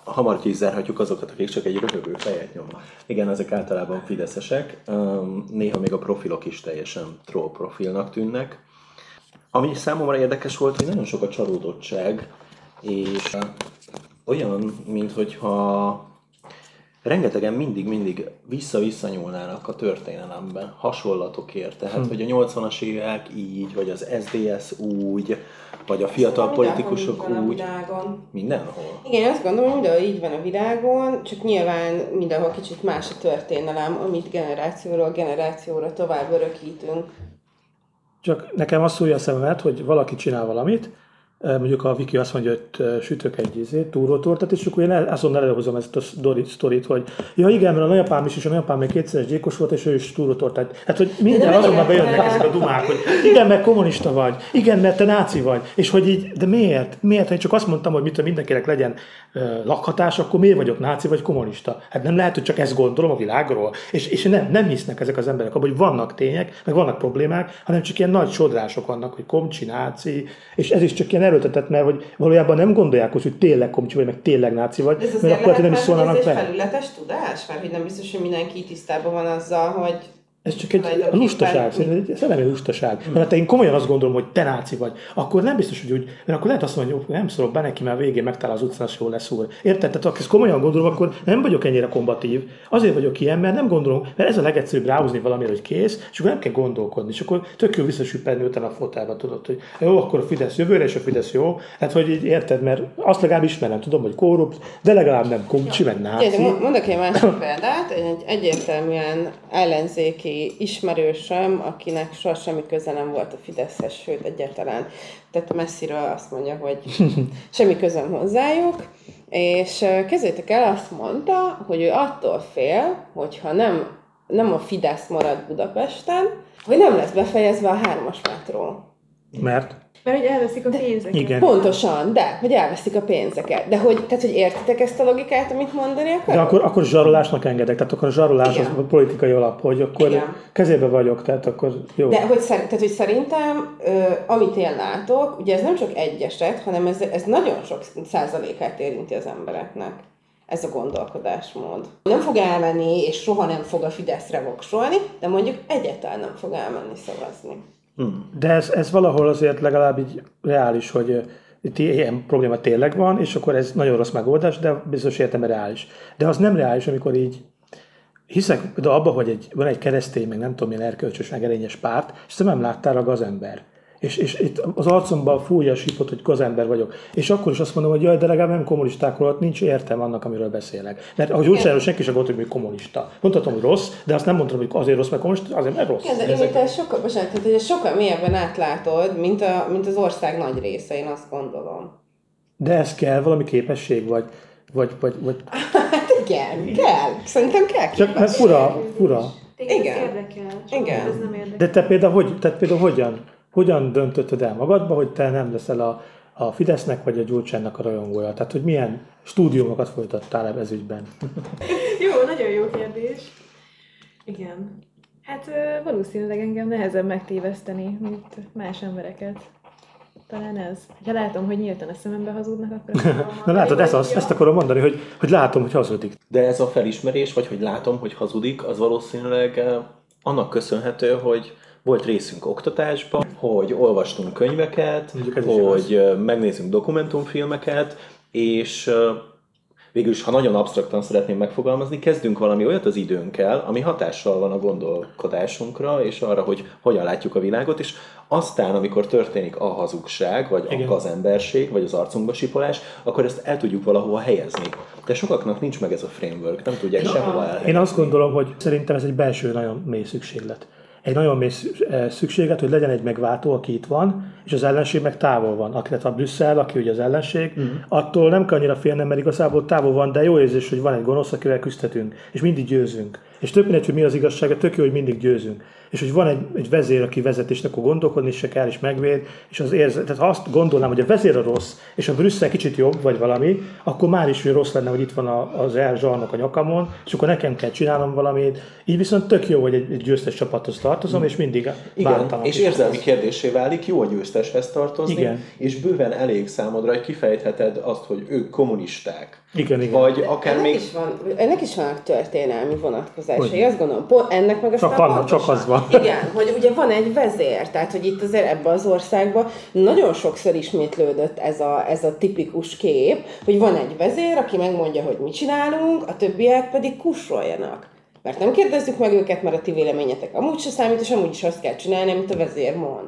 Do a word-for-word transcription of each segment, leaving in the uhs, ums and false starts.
hamar ki is zárhatjuk azokat, akik csak egy röhögő fejet nyomnak. Igen, ezek általában fideszesek, néha még a profilok is teljesen troll profilnak tűnnek. Ami számomra érdekes volt, hogy nagyon sok a csalódottság, és olyan, minthogyha rengetegen mindig-mindig vissza-vissza nyúlnának a történelemben, hasonlatokért. Tehát, hm. hogy a nyolcvanas évek így, vagy az es zé es úgy, vagy a fiatal Aztán politikusok úgy. Mindenhol. Igen, azt gondolom, hogy mindenhol így van a világon, csak nyilván mindenhol kicsit más a történelem, amit generációról generációra tovább örökítünk. Csak nekem azt szólja a szememet, hogy valaki csinál valamit, mondjuk a Viki azt mondja, hogy sütök egy izét, túrótortát, és akkor én azonnal előhozom ezt a sztorit, hogy ja igen, mert a nagyapám is, és a nagyapám még kétszeres gyilkos volt, és ő is túrótortát. Hát, hogy minden azonnal bejönnek ezek a dumák, hogy igen, mert kommunista vagy, igen, mert te náci vagy, és hogy így, de miért? Miért? Ha én csak azt mondtam, hogy mit, mindenkinek legyen uh, lakhatás, akkor miért vagyok náci vagy kommunista? Hát nem lehet, hogy csak ezt gondolom a világról, és, és nem, nem hisznek ezek az emberek abban, hogy vannak tények, meg vannak problémák, hanem csak ilyen nagy sodrások vannak, hogy komcsi, náci, és ez is csak ilyen erőltetett, mert hogy valójában nem gondolják úgy, hogy tényleg komcsi vagy, meg tényleg náci vagy, ez mert akkor nem is szólnának be. Ez egy felületes tudás? Mert hogy nem biztos, hogy mindenki tisztában van azzal, hogy... Ez csak egy a lustaság, egy szellemi lustaság. Mert ha én komolyan azt gondolom, hogy te náci vagy, akkor nem biztos, hogy úgy, mert akkor lehet azt mondani, hogy nem szólok be neki, mert végén megtalál az utcán, jól leszúr. Érted? Tehát ha ezt komolyan gondolom, akkor nem vagyok ennyire kombatív. Azért vagyok ilyen, mert nem gondolom, mert ez a legegyszerűbb ráhúzni valamire, hogy kész, és akkor nem kell gondolkodni. És akkor tök jó visszasüppelni utána a fotelba, tudod, hogy jó, akkor a Fidesz jövőre, és a Fidesz jó. Hát, hogy így érted, mert azt legalább ismerem, tudom, hogy korrupt, de legalább nem komcsi, meg náci. Mondok egy másik példát, egy egyértelműen ellenzéki ismerősöm, akinek soha semmi köze nem volt a Fideszhez, sőt egyáltalán, tehát messziről azt mondja, hogy semmi közöm hozzájuk, és kezdjétek el, azt mondta, hogy ő attól fél, hogyha nem, nem a Fidesz marad Budapesten, hogy nem lesz befejezve a hármas metró. Mert? Mert hogy elveszik a pénzeket. Igen. Pontosan, de, hogy elveszik a pénzeket. De hogy, tehát, hogy értitek ezt a logikát, amit mondani akarok? De akkor, akkor zsarolásnak engedek, tehát akkor a zsarolás igen. Az a politikai alap, hogy akkor igen. Kezébe vagyok, tehát akkor jó. De hogy, tehát, hogy szerintem, amit én látok, ugye ez nem csak egy eset, hanem ez, ez nagyon sok százalékát érinti az embereknek. Ez a gondolkodásmód. Nem fog elmenni, és soha nem fog a Fideszre voksolni, de mondjuk egyáltalán nem fog elmenni szavazni. De ez, ez valahol azért legalább így reális, hogy itt ilyen probléma tényleg van, és akkor ez nagyon rossz megoldás, de biztos értem, reális. De az nem reális, amikor így hiszek de abba, hogy egy, van egy keresztény, meg nem tudom milyen erkölcsös, meg erényes párt, és te nem láttál a gazember. És, és itt az arcomban fújja a sípot, hogy gazember vagyok. És akkor is azt mondom, hogy jaj, de legalább nem kommunistákról, nincs értelme annak, amiről beszélek. Mert ahogy úgy csinálom, senki sem gondolta, hogy kommunista. Mondhatom, hogy rossz, de azt nem mondtam, hogy azért rossz, mert kommunista, azért mert rossz. Igen, de ezek... te sokkal, bocsánat, tehát, sokkal mélyebben átlátod, mint, a, mint az ország nagy része, én azt gondolom. De ez kell, valami képesség, vagy... vagy, vagy, vagy... Hát igen, kell. Szerintem kell képesség. Csak mert fura, fura. Igen. Érdekel, igen. Ez nem érdekel. De te például, hogy, te például hogyan? Hogyan döntötted el magadba, hogy te nem leszel a, a Fidesznek vagy a Gyurcsánynak a rajongója? Tehát, hogy milyen stúdiumokat folytattál ez ügyben? Jó, nagyon jó kérdés. Igen. Hát valószínűleg engem nehezebb megtéveszteni, mint más embereket. Talán ez. Ha látom, hogy nyíltan a szemembe hazudnak, akkor... Na látod, ezt, azt, ezt akarom mondani, hogy, hogy látom, hogy hazudik. De ez a felismerés, vagy hogy látom, hogy hazudik, az valószínűleg annak köszönhető, hogy volt részünk oktatásban, hogy olvastunk könyveket, hogy megnézzünk dokumentumfilmeket, és végül is, ha nagyon absztraktan szeretném megfogalmazni, kezdünk valami olyat az időnkkel, ami hatással van a gondolkodásunkra, és arra, hogy hogyan látjuk a világot, és aztán, amikor történik a hazugság, vagy igen. a gazemberség, vagy az arcunkba sipolás, akkor ezt el tudjuk valahova helyezni. De sokaknak nincs meg ez a framework, nem tudják sehova elhelyezni. Én azt gondolom, hogy szerintem ez egy belső nagyon mély szükséglet. Egy nagyon mély szükséget, hogy legyen egy megváltó, aki itt van, és az ellenség meg távol van. Aki lett a Brüsszel, aki ugye az ellenség, mm. attól nem kell annyira félnem, mert igazából távol van, de jó érzés, hogy van egy gonosz, akivel küzdhetünk, és mindig győzünk. És tök mindegy, hogy mi az igazság, tök jó, hogy mindig győzünk. És hogy van egy, egy vezér, aki vezet, és akkor gondolkodni se kell, és megvéd, és az érzet, tehát ha azt gondolnám, hogy a vezér a rossz, és a Brüsszel kicsit jobb, vagy valami, akkor már is hogy rossz lenne, hogy itt van a, az elzsarnok a nyakamon, és akkor nekem kell csinálnom valamit. Így viszont tök jó, hogy egy, egy győztes csapathoz tartozom, és mindig igen, és érzelmi kérdéssé válik, jó a győzteshez tartozni, igen. És bőven elég számodra, hogy kifejtheted azt, hogy ők kommunisták. Igen, igen. Vagy akár ennek még... Is van, ennek is vannak történelmi vonatkozásai, azt gondolom, pont ennek meg aztán csak, annak, csak az van. Igen, hogy ugye van egy vezér, tehát hogy itt azért ebben az országban nagyon sokszor ismétlődött ez a, ez a tipikus kép, hogy van egy vezér, aki megmondja, hogy mit csinálunk, a többiek pedig kussoljanak. Mert nem kérdezzük meg őket, mert a ti véleményetek amúgy se számít, és amúgy is azt kell csinálni, amit a vezér mond.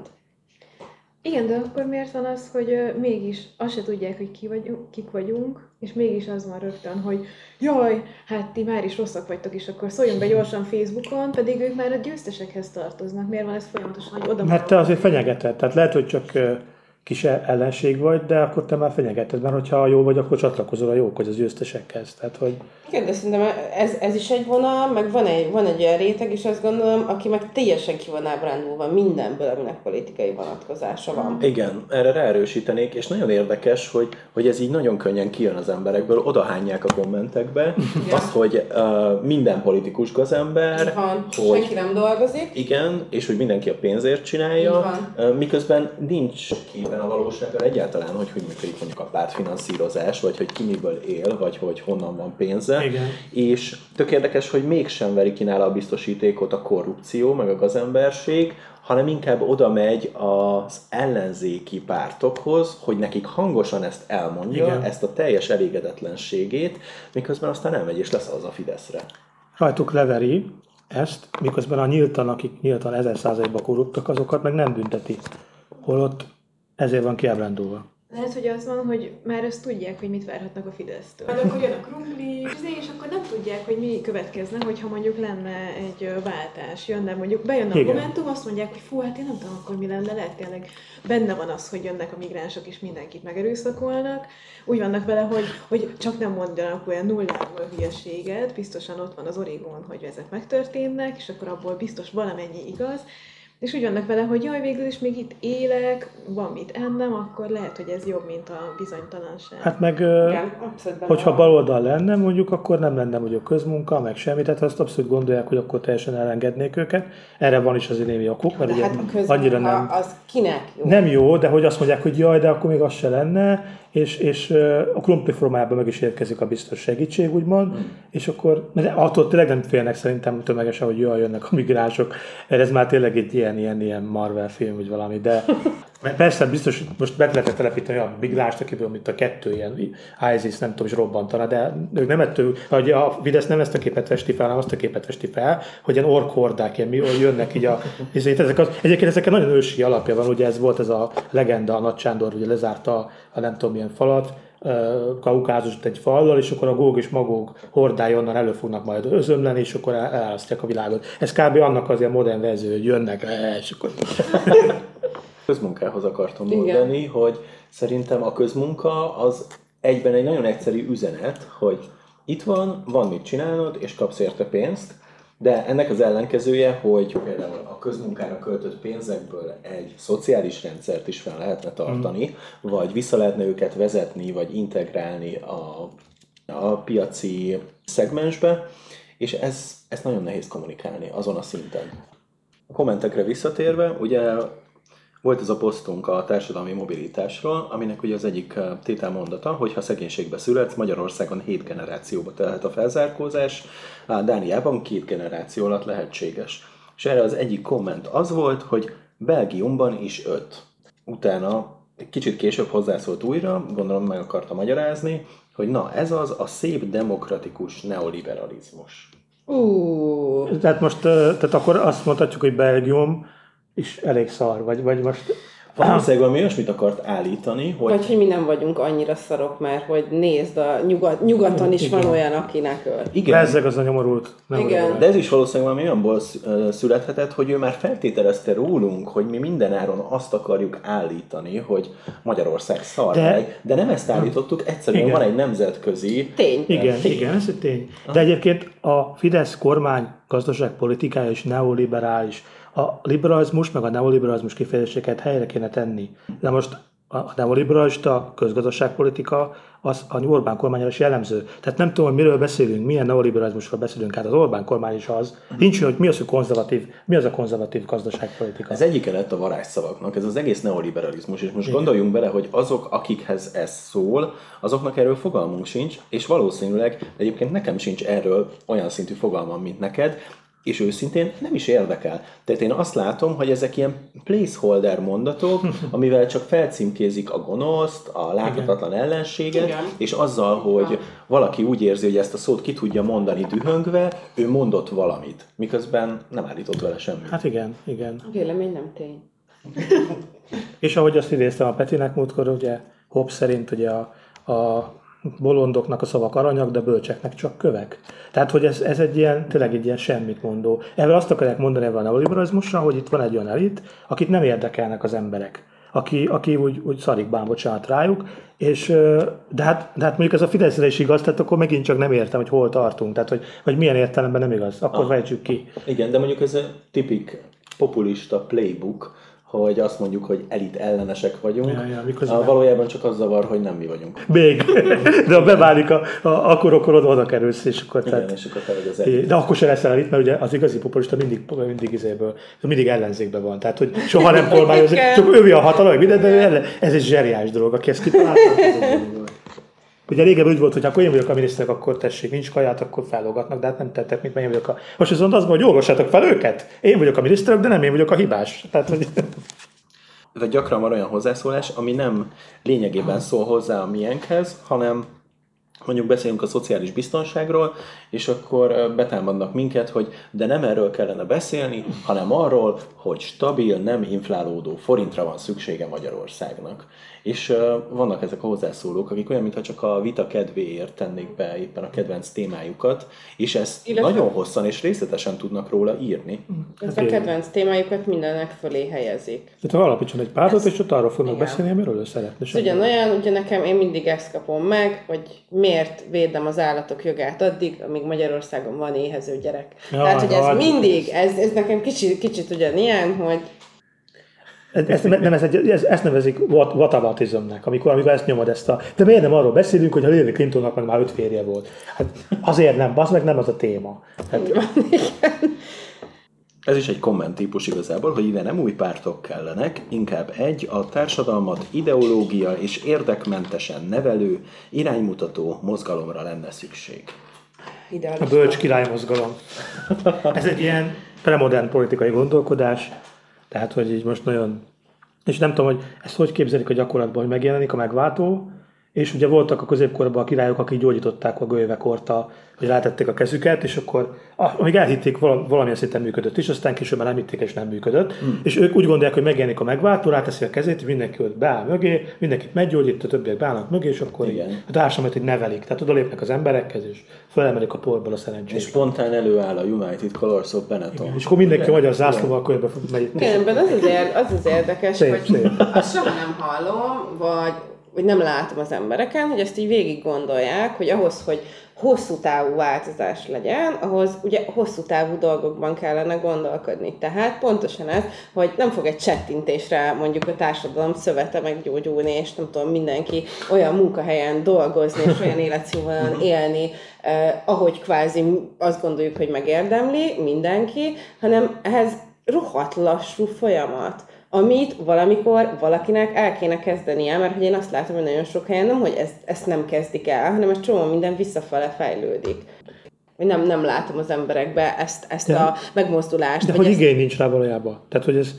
Igen, de akkor miért van az, hogy uh, mégis azt se tudják, hogy ki vagyunk, kik vagyunk, és mégis az van rögtön, hogy jaj, hát ti már is rosszak vagytok, és akkor szóljunk be gyorsan Facebookon, pedig ők már a győztesekhez tartoznak. Miért van ez folyamatosan, hogy oda... Mert te azért fenyegeted, tehát lehet, hogy csak kis ellenség vagy, de akkor te már fenyegeted, mert hogyha jó vagy, akkor csatlakozol a jókhoz, az győztesekhez. Tehát, hogy... Igen, de szerintem ez, ez is egy vonal, meg van egy, van egy olyan réteg, és azt gondolom, aki meg teljesen ki van ábrándulva mindenből, aminek politikai vonatkozása van. Igen, erre ráerősítenék, és nagyon érdekes, hogy, hogy ez így nagyon könnyen kijön az emberekből, odahányják a kommentekbe, igen. Azt, hogy uh, minden politikus gazember, van, hogy senki nem dolgozik. Igen, és hogy mindenki a pénzért csinálja, uh, miközben nincs képen a valósággal egyáltalán, hogy hogy működik mondjuk a pártfinanszírozás, vagy hogy ki miből él, vagy hogy honnan van pénze. Igen. És tök érdekes, hogy mégsem veri ki nála a biztosítékot a korrupció, meg a gazemberség, hanem inkább oda megy az ellenzéki pártokhoz, hogy nekik hangosan ezt elmondja, igen. Ezt a teljes elégedetlenségét, miközben aztán elmegy és leszavaz a Fideszre. Rajtuk leveri ezt, miközben a nyíltan, akik nyíltan ezer százalékban korruptak, azokat meg nem bünteti. Holott ezért van kiábrándulva. Lehet, hogy az van, hogy már ezt tudják, hogy mit várhatnak a Fidesztől. Hát akkor jön a krumpli, és akkor nem tudják, hogy mi következne, hogyha mondjuk lenne egy váltás. Jönne mondjuk, bejönne a Momentum, azt mondják, hogy fú, hát én nem tudom akkor mi lenne, lehet tényleg benne van az, hogy jönnek a migránsok és mindenkit megerőszakolnak. Úgy vannak vele, hogy, hogy csak nem mondanak olyan nullából hülyeséget, biztosan ott van az origón, hogy ezek megtörténnek, és akkor abból biztos valamennyi igaz. És úgy vannak vele, hogy jaj, végül is még itt élek, van mit ennem, akkor lehet, hogy ez jobb, mint a bizonytalanság. Hát meg, igen, hogyha baloldal lenne mondjuk, akkor nem lenne mondjuk közmunka, meg semmi, tehát azt abszolút gondolják, hogy akkor teljesen elengednék őket. Erre van is azért némi okuk, mert de ugye hát annyira nem... az kinek jó? Nem jó, de hogy azt mondják, hogy jaj, de akkor még az se lenne, és, és a krumpli formában meg is érkezik a biztos segítség, úgymond, mm. és akkor, mert attól tényleg nem félnek szerintem tömegesen, hogy jaj, jönnek a migránsok, mert ez már tényleg egy ilyen, ilyen, ilyen Marvel film, vagy valami, de persze biztos, most be lehetne telepíteni a migránst, akiből mint a kettő ilyen ISIS, nem tudom, is robbantana, de ők nem ettől, hogy a Fidesz nem ezt a képet festi fel, hanem azt a képet festi fel, hogy ilyen orkhordák, ilyen, mi, jönnek így a... Ezek az, egyébként ezeken nagyon ősi alapja van, ugye ez volt ez a legenda, a Nagy Sándor ugye lezárta a nem tudom milyen falat, Kaukázust egy fallal, és akkor a Góg és Magóg hordái onnan elő fognak majd özömleni, és akkor elárasztják a világot. Ez kb. Annak az ilyen modern verzió, hogy jönnek, és akkor... Közmunkához akartam mondani, igen. Hogy szerintem a közmunka az egyben egy nagyon egyszerű üzenet, hogy itt van, van mit csinálnod, és kapsz érte pénzt, de ennek az ellenkezője, hogy például a közmunkára költött pénzekből egy szociális rendszert is fel lehetne tartani, mm. vagy vissza lehetne őket vezetni, vagy integrálni a, a piaci szegmensbe, és ez, ezt nagyon nehéz kommunikálni azon a szinten. A kommentekre visszatérve, ugye volt ez a posztunk a társadalmi mobilitásról, aminek ugye az egyik tételmondata, hogy ha szegénységbe születsz, Magyarországon hét generációba telhet a felzárkózás, Dániában két generáció alatt lehetséges. És erre az egyik komment az volt, hogy Belgiumban is öt. Utána egy kicsit később hozzászólt újra, gondolom meg akarta magyarázni, hogy na ez az a szép demokratikus neoliberalizmus. Uh. Tehát most tehát akkor azt mondhatjuk, hogy Belgium is elég szar, vagy, vagy most... Valószínűleg valami olyasmit akart állítani, hogy... Vagy hogy mi nem vagyunk annyira szarok már, hogy nézd, a nyugat, nyugaton is igen. van olyan, akinek öl. Igen. Bezzeg az a nyomorult. Igen. De ez is valószínűleg valami olyanból születhetett, hogy ő már feltételezte rólunk, hogy mi mindenáron azt akarjuk állítani, hogy Magyarország szarhely, de, de nem ezt állítottuk, egyszerűen igen. van egy nemzetközi... Tény. Igen, tény. igen, ez egy tény. De egyébként a Fidesz kormány gazdaságpolitikája is neoliberális. A liberalizmus meg a neoliberalizmus kifejezéseket helyre kéne tenni. De most a neoliberalista közgazdaságpolitika az a Orbán kormányra is jellemző. Tehát nem tudom, hogy miről beszélünk, milyen neoliberalizmusról beszélünk, hát az Orbán kormány is az. Nincs, hogy mi az a konzervatív, mi az a konzervatív gazdaságpolitika. Ez egyike lett a varázsszavaknak, ez az egész neoliberalizmus, és most Igen. gondoljunk bele, hogy azok, akikhez ez szól, azoknak erről fogalmunk sincs, és valószínűleg egyébként nekem sincs erről olyan szintű fogalmam, mint neked, és őszintén nem is érdekel. Tehát én azt látom, hogy ezek ilyen placeholder mondatok, amivel csak felcímkézik a gonoszt, a láthatatlan ellenséget, Igen. és azzal, hogy valaki úgy érzi, hogy ezt a szót ki tudja mondani dühöngve, ő mondott valamit, miközben nem állított vele semmit. Hát igen, igen. A vélemény nem tény. És ahogy azt idéztem a Petinek múltkor, ugye Hobbes szerint ugye a, a bolondoknak a szavak aranyak, de bölcseknek csak kövek. Tehát, hogy ez, ez egy ilyen, tényleg egy ilyen semmit mondó. Ezzel azt akarják mondani ebben a neoliberalizmussal, hogy itt van egy olyan elit, akit nem érdekelnek az emberek. Aki, aki úgy, úgy szarik bán, bocsánat rájuk, és, de, hát, de hát mondjuk ez a Fideszre is igaz, tehát akkor megint csak nem értem, hogy hol tartunk, tehát hogy, hogy milyen értelemben nem igaz, akkor fejtsük ki. Igen, de mondjuk ez a tipik populista playbook, hogy azt mondjuk, hogy elit ellenesek vagyunk, Ja, ja, miközben... a valójában csak az zavar, hogy nem mi vagyunk. Még, de ha beválik, a, a, akkor, akkor oda, oda kerülsz, és akkor... Igen, tehát, és akkor te vagy az elit. de akkor se leszel elit, mert ugye az igazi populista mindig, mindig izéből, mindig ellenzékben van, tehát hogy soha nem kormányozik, csak ő a hatalom, minden, de ez egy zseriás dolog, aki ezt kitalálta. Ugye régebben úgy volt, hogy akkor én vagyok a miniszter, akkor tessék, nincs kaját, akkor felolgatnak, de hát nem tettek, mint én vagyok a... Most viszont az van, hogy olvassátok fel őket. Én vagyok a miniszterök, de nem én vagyok a hibás. Tehát, hogy... De gyakran van olyan hozzászólás, ami nem lényegében szól hozzá a miénkhez, hanem mondjuk beszélünk a szociális biztonságról, és akkor betámadnak minket, hogy de nem erről kellene beszélni, hanem arról, hogy stabil, nem inflálódó forintra van szüksége Magyarországnak. És uh, vannak ezek a hozzászólók, akik olyan, mintha csak a vita kedvéért tennék be éppen a kedvenc témájukat, és ezt Illetve... nagyon hosszan és részletesen tudnak róla írni. Ez a kedvenc témájukat mindennek fölé helyezik. Tehát alapítson egy pártot, Ez... és ott arról fognak Igen. beszélni, amiről ő szeretne. Ez ugyanolyan, ugye nekem én mindig ezt kapom meg, hogy miért védem az állatok jogát addig, amíg Magyarországon van éhező gyerek. Ja, Tehát, hogy ez mindig, ez, ez nekem kicsit, kicsit ugyanilyen, hogy Ezt, nem, ez egy, ez, ezt nevezik whataboutismnek, amikor, amikor ezt nyomod ezt a... De miért nem arról beszélünk, hogy a Hillary Clintonnak meg már öt férje volt? Hát azért nem, az meg nem az a téma. Hát... Ez is egy kommenttípus igazából, hogy ide nem új pártok kellenek, inkább egy a társadalmat ideológia és érdekmentesen nevelő, iránymutató mozgalomra lenne szükség. A bölcs királymozgalom. Ez egy ilyen premodern politikai gondolkodás, tehát, hogy így most nagyon... És nem tudom, hogy ezt hogy képzelik a gyakorlatban, hogy megjelenik a megváltó, és ugye voltak a középkorban a királyok, akik gyógyították a gölyvekort, hogy rátették a kezüket, és akkor amíg elhitték, valamilyen szinten működött is, aztán később már nem hitték, és nem működött. Mm. És ők úgy gondolják, hogy megjelenik a megváltó, ráteszi a kezét, és mindenki ott beáll mögé, mindenkit meggyógyít, a többiek beállnak mögé, és akkor igen. A társadalmat így nevelik. Tehát oda lépnek az emberekhez, és felemelik a porból a szerencsét. És spontán előáll a United Colors of Benetton. Igen, és akkor mindenki magyar zászlóval körbe megy. Igen, az az, ér, az az érdekes, szép, hogy szép. azt soha nem hallom, vagy hogy nem látom az embereken, hogy ezt így végig gondolják, hogy ahhoz, hogy hosszú távú változás legyen, ahhoz ugye hosszú távú dolgokban kellene gondolkodni. Tehát pontosan ez, hogy nem fog egy csettintésre mondjuk a társadalom szövete meggyógyulni, és nem tudom, mindenki olyan munkahelyen dolgozni, és olyan életszínvonalon élni, eh, ahogy kvázi azt gondoljuk, hogy megérdemli mindenki, hanem ehhez rohadt lassú folyamat, amit valamikor valakinek el kéne kezdenie, mert hogy én azt látom, hogy nagyon sok helyen nem, hogy ezt, ezt nem kezdik el, hanem egy csomó minden visszafele fejlődik. Nem, nem látom az emberekbe ezt, ezt a megmozdulást. De hogy ezt... igény nincs rá valójában. Tehát, hogy ez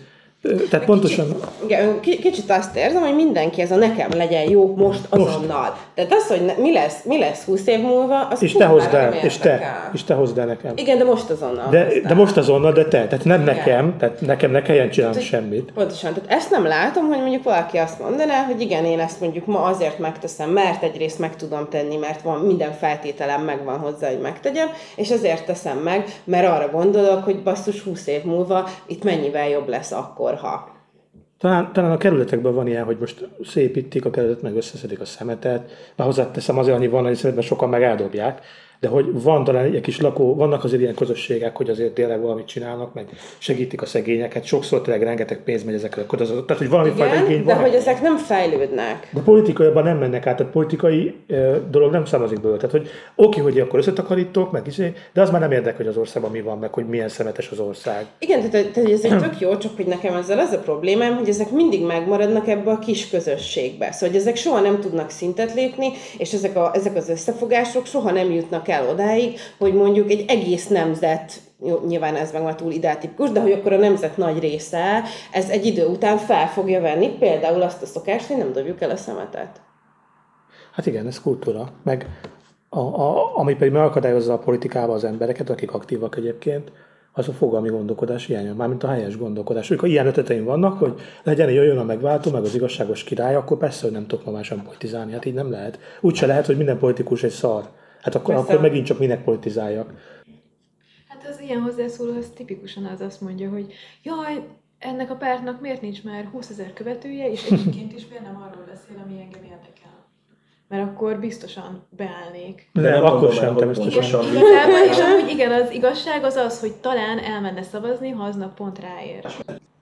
Tehát pontosan... Kicsit, igen, kicsit azt érzem, hogy mindenki ez a nekem legyen jó most azonnal. Most. Tehát az, hogy ne, mi, lesz, mi lesz húsz év múlva, az és te hozd el, és te, és te hozd el nekem. Igen, de most azonnal. De, de most azonnal, de te. Tehát nem igen. nekem, tehát nekem ne kelljen csinálni tehát, semmit. Pontosan. Tehát ezt nem látom, hogy mondjuk valaki azt mondaná, hogy igen, én ezt mondjuk ma azért megteszem, mert egyrészt meg tudom tenni, mert van minden feltételem megvan hozzá, hogy megtegyem, és azért teszem meg, mert arra gondolok, hogy basszus húsz év múlva itt mennyivel jobb lesz akkor, ha. Talán, talán a kerületekben van ilyen, hogy most szépítik a kerületet, meg összeszedik a szemetet, mert hozzáteszem azért annyi van, hogy sokan meg eldobják, de hogy van talán egy kis lakó, vannak azért ilyen közösségek, hogy azért tényleg valamit csinálnak, meg segítik a szegényeket, sokszor tényleg rengeteg pénz megy ezekre a kötözőt, tehát hogy valami igen, fajta igény de van. hogy ezek nem fejlődnek. De politikaiban nem mennek át, tehát politikai e, dolog nem származik belőle. Tehát, hogy oké, hogy akkor összetakarítok, meg izé, de az már nem érdekel, hogy az országban mi van, meg hogy milyen szemetes az ország. Igen, tehát, tehát ez egy tök jó, csak hogy nekem ezzel az a problémám, hogy ezek mindig megmaradnak ebbe a kis közösségbe. Szóval, hogy ezek soha nem tudnak szintet lépni, és ezek, a, ezek az összefogások soha nem jutnak el odáig, hogy mondjuk egy egész nemzet, jó, nyilván ez meg már túl ideáltipikus, de hogy akkor a nemzet nagy része, ez egy idő után fel fogja venni például azt a szokást, hogy nem dobjuk el a szemetet. Hát igen, ez kultúra. Meg a, a, ami pedig megakadályozza a politikába az embereket, akik aktívak egyébként, az a fogalmi gondolkodás hiánya, mármint a helyes gondolkodás. Amikor ilyen ötleteim vannak, hogy legyen, jöjjön a megváltó, meg az igazságos király, akkor persze, hogy nem tudok normálisan politizálni. Hát így nem lehet. Úgyse lehet, hogy minden politikus egy szar. Hát akkor, akkor megint csak minek politizáljak. Hát az ilyen hozzászóló, az tipikusan az azt mondja, hogy jaj, ennek a pártnak miért nincs már húszezer követője, és egyébként is miért nem arról beszél, ami engem érdekel. Mert akkor biztosan beállnék. De nem, akkor sem, te biztosan. Igazából, és amúgy igen, az igazság az az, hogy talán elmenne szavazni, ha aznap pont ráér.